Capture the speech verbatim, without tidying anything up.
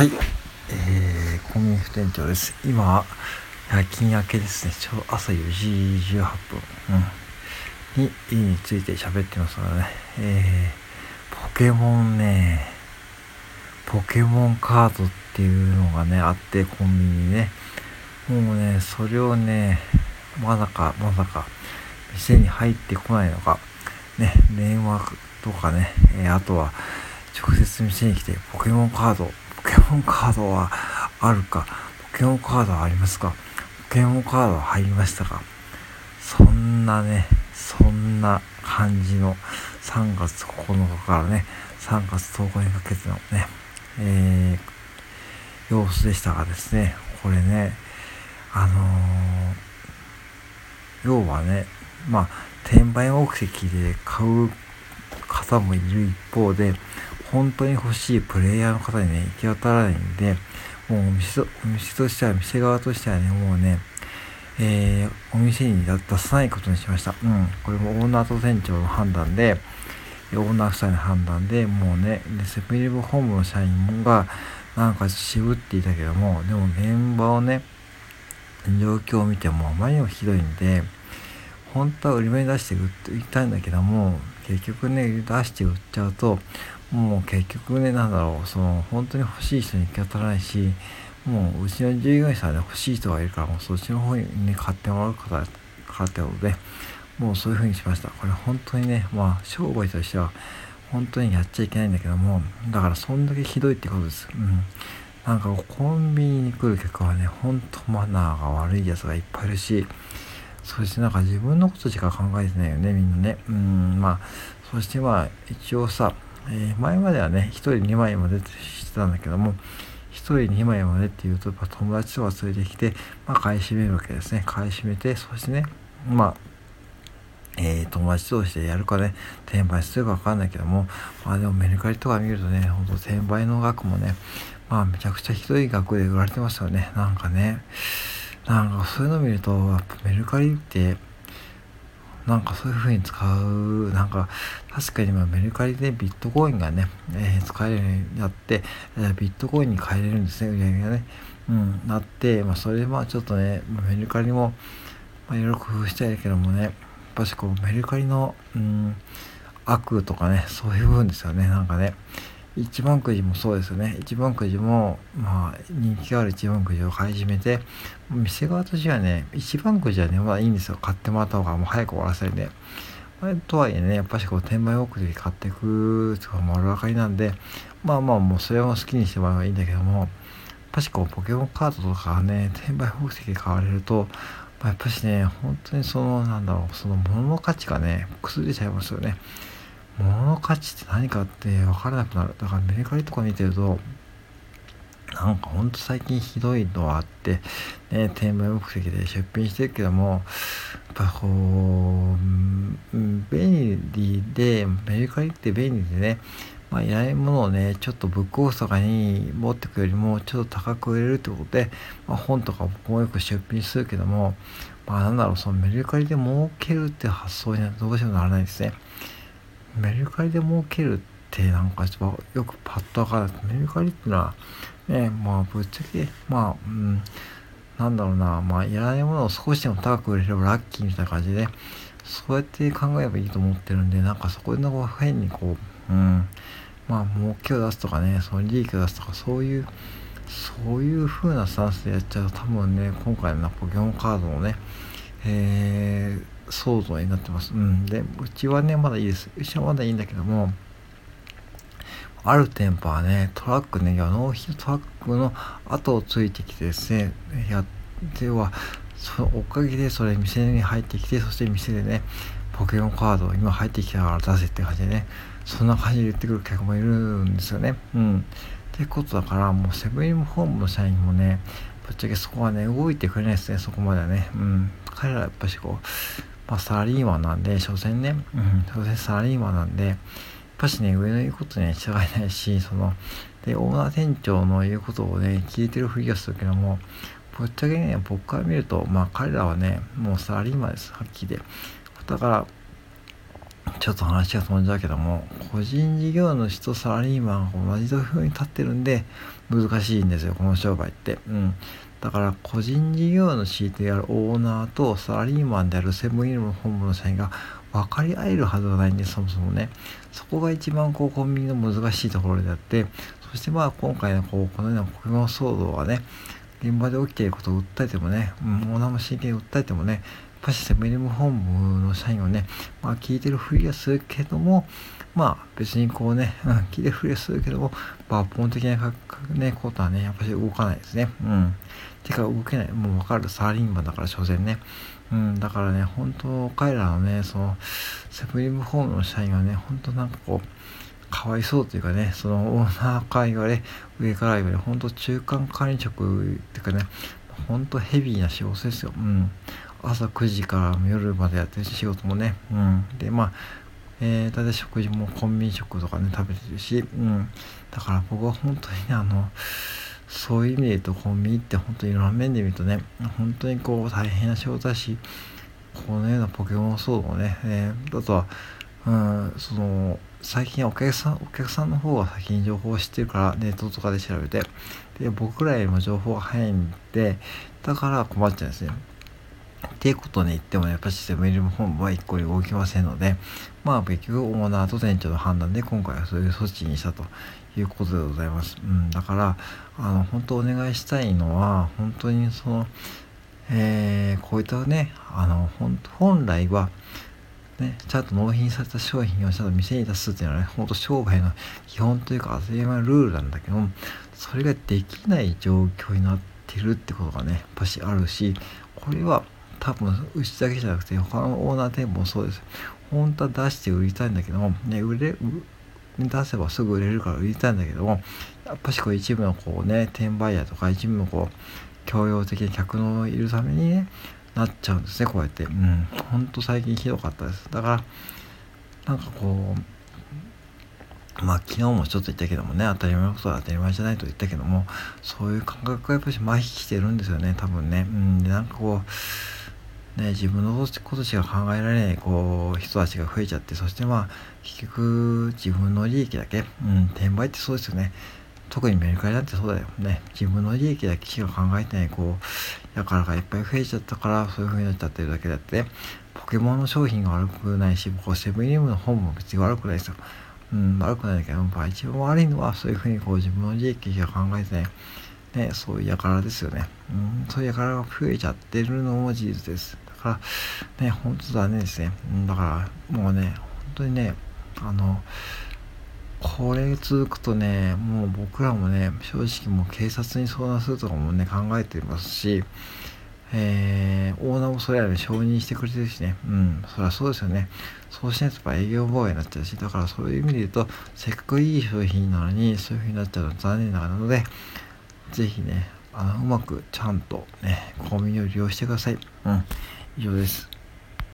はい、えー、コンビニ副店長です。今は夜勤明けですね。ちょうど朝よじじゅうはっぷん、うん、に家について喋ってますからね。えー、ポケモンね、ポケモンカードっていうのがねあって、コンビニにね、もうねそれをねまさかまさか店に入ってこないのかね、電話とかね、えー、あとは直接店に来てポケモンカードポケモンカードはあるか、ポケモンカードはありますか、ポケモンカードは入りましたか、そんなねそんな感じのさんがつここのかからねさんがつとおかにかけてのね、えー、様子でしたがですね、これねあのー、要はね、まあ転売目的で買う方もいる一方で、本当に欲しいプレイヤーの方にね行き渡らないんで、もうお店とお店としては店側としてはねもうね、えー、お店に出さないことにしました。うん、これもオーナーと店長の判断で、オーナー夫妻の判断で、もうねセブンイレブンホームの社員がなんか渋っていたけども、でも現場をね状況を見てもあまりにもひどいんで、本当は売り場に出して売って売りたいんだけども、結局ね出して売っちゃうともう結局ねなんだろう、その本当に欲しい人に行き当たらないし、もううちの従業員さんで欲しい人がいるから、もうそっちの方に、ね、買ってもらう方からってことで、もうそういう風にしました。これ本当にね、まあ商売としては本当にやっちゃいけないんだけども、だからそんだけひどいってことです。うん。なんかコンビニに来る客はね、本当マナーが悪いやつがいっぱいいるし、そしてなんか自分のことしか考えてないよね、みんなね。うん、まあそしてまあ一応さ、えー、前まではねひとりにまいまでしてたんだけども、ひとりにまいまでっていうとやっぱ友達とか連れてきて、まあ、買い占めるわけですね。買い占めて、そしてねまあえー、友達同士でやるかね転売するか分かんないけども、まあでもメルカリとか見るとね、ほんと転売の額もねまあめちゃくちゃひどい額で売られてますよね。なんかね、なんかそういうの見るとやっぱメルカリってなんかそういう風に使う、なんか確かに今メルカリでビットコインがね、えー、使えるようになって、えー、ビットコインに変えれるんですね、売り上げがね。うん、なって、まあそれまあちょっとね、メルカリも、まあ、いろいろ工夫したいけどもね、やっぱしこうメルカリの、うん、悪とかね、そういう部分ですよね、なんかね。一番くじもそうですよね。一番くじも、まあ、人気がある一番くじを買い占めて、店側としてはね、一番くじはね、まだいいんですよ。買ってもらった方がもう早く終わらせるんで。とはいえね、やっぱしこう、転売目的で買っていくとか丸分かりなんで、まあまあ、もうそれを好きにしてもらえばいいんだけども、やっぱしこう、ポケモンカードとかね、転売目的で買われると、まあ、やっぱしね、本当にその、なんだろう、その物の価値がね、崩れちゃいますよね。物の価値って何かって分からなくなる。だからメルカリとか見てると、なんかほんと最近ひどいのはあって、ね、転売目的で出品してるけども、やっぱこう、うん、便利で、メルカリって便利でね、まあ、いらないものをね、ちょっとブックオフとかに持ってくよりも、ちょっと高く売れるってことで、まあ、本とか僕もよく出品するけども、まあなんだろう、そのメルカリで儲けるって発想にはどうしてもならないですね。メルカリで儲けるってなんかちょっとよくパッとわからない。メルカリってのはね、まあぶっちゃけまあ、うん、なんだろうな、まあいらないものを少しでも高く売れればラッキーみたいな感じで、そうやって考えればいいと思ってるんで、なんかそこでなんか変にこう、うん、まあ儲けを出すとかね、その利益を出すとか、そういうそういう風なスタンスでやっちゃうと多分ね、今回のポケモンカードのね、えー、騒動になってます。うん。で、うちはね、まだいいです。うちはまだいいんだけども、ある店舗はね、トラックね、納品トラックの後をついてきてですね、やっては、そのおかげでそれ店に入ってきて、そして店でね、ポケモンカードを今入ってきたから出せって感じでね、そんな感じで言ってくる客もいるんですよね。うん。ってことだから、もうセブンイレブンホームの社員もね、ぶっちゃけそこはね、動いてくれないですね、そこまではね。うん。彼らやっぱしこう、まあサラリーマンなんで、所詮ね、うん、所詮サラリーマンなんで、やっぱしね、上の言うことには従えないし、その、で、オーナー店長の言うことをね、聞いてるふりがするけども、ぶっちゃけね、僕から見ると、まあ彼らはね、もうサラリーマンです、はっきりで。だから、 ちょっと話が飛んじゃうけども、個人事業主とサラリーマンが同じ土俵に立ってるんで難しいんですよ、この商売って。うん。だから個人事業主であるオーナーとサラリーマンであるセブンイレブン本部の社員が分かり合えるはずがないんで、そもそもね。そこが一番こうコンビニの難しいところであって、そしてまあ今回のこうこのようなポケモン騒動はね、現場で起きていることを訴えてもね、うん、オーナーも真剣に訴えてもね、やっぱしセブンイレブン本部の社員をね、まあ聞いてるふりはするけども、まあ別にこうね、うん、聞いてるふりはするけども、抜本的なかね、ことはね、やっぱり動かないですね。うん。てか動けない。もうわかる。サラリーマンだから所詮ね。うん、だからね、本当彼らのね、その、セブンイレブンホームの社員はね、本当なんかこう、かわいそうというかね、そのオーナーから言われ、上から言われ、本当中間管理職っていうかね、本当ヘビーな仕事ですよ。うん。朝くじから夜までやってる仕事もね、うん。で、まあ、えー、だいたい食事もコンビニ食とかね、食べてるし、うん。だから僕は本当にね、あの、そういう意味で言うと、コンビニって本当にいろんな面で見るとね、本当にこう大変な仕事だし、このようなポケモン騒動ね、えー、あとは、うん、その、最近お客さん、お客さんの方が先に情報を知ってるから、ネットとかで調べて、で、僕らよりも情報が早いんで、だから困っちゃうんですね。っていうことに言っても、やっぱりセブンイレブン本部は一向に動きませんので、まあ結局オーナーと店長の判断で今回はそういう措置にしたということでございます。うん、だから、あの、本当お願いしたいのは、本当にその、えー、こういったね、あの、本本来は、ね、ちゃんと納品された商品をちゃんと店に出すっていうのはね、ほんと商売の基本というか当たり前のルールなんだけど、それができない状況になってるってことがね、やっぱしあるし、これは多分うちだけじゃなくて他のオーナー店舗もそうです。本当は出して売りたいんだけども、ね、売れ、出せばすぐ売れるから売りたいんだけども、やっぱしこう一部のこうね、転売ヤーとか一部のこう、教養的な客のいるためにね、なっちゃうんですね、こうやって。うん。ほんと最近ひどかったです。だから、なんかこう、まあ昨日もちょっと言ったけどもね、当たり前のことは当たり前じゃないと言ったけども、そういう感覚がやっぱり麻痺してるんですよね、多分ね。うん。で、なんかこう、ね、自分のことしか考えられない、こう、人たちが増えちゃって、そしてまあ、結局、自分の利益だけ、うん、転売ってそうですよね。特にメルカリなんてそうだよね。自分の利益だけしか考えてない、こう、やからがいっぱい増えちゃったから、そういう風になっちゃってるだけだって、ポケモンの商品が悪くないし、僕はセブンイレブンの本も別に悪くないですよ。うん、悪くないんだけど、まあ一番悪いのは、そういう風にこう自分の利益しか考えてない、ね、そういうやからですよね。うん、そういうやからが増えちゃってるのも事実です。だから、ね、本当だねですね。うん、だから、もうね、本当にね、あの、これ続くとね、もう僕らもね、正直もう警察に相談するとかもね、考えてますし、えー、オーナーもそれらに承認してくれてるしね、うん、そりゃそうですよね。そうしないとやっぱ営業妨害になっちゃうし、だからそういう意味で言うと、せっかくいい商品なのに、そういう風になっちゃうのは残念ながらなので、ぜひね、あの、うまくちゃんとね、コンビニを利用してください。うん、以上です。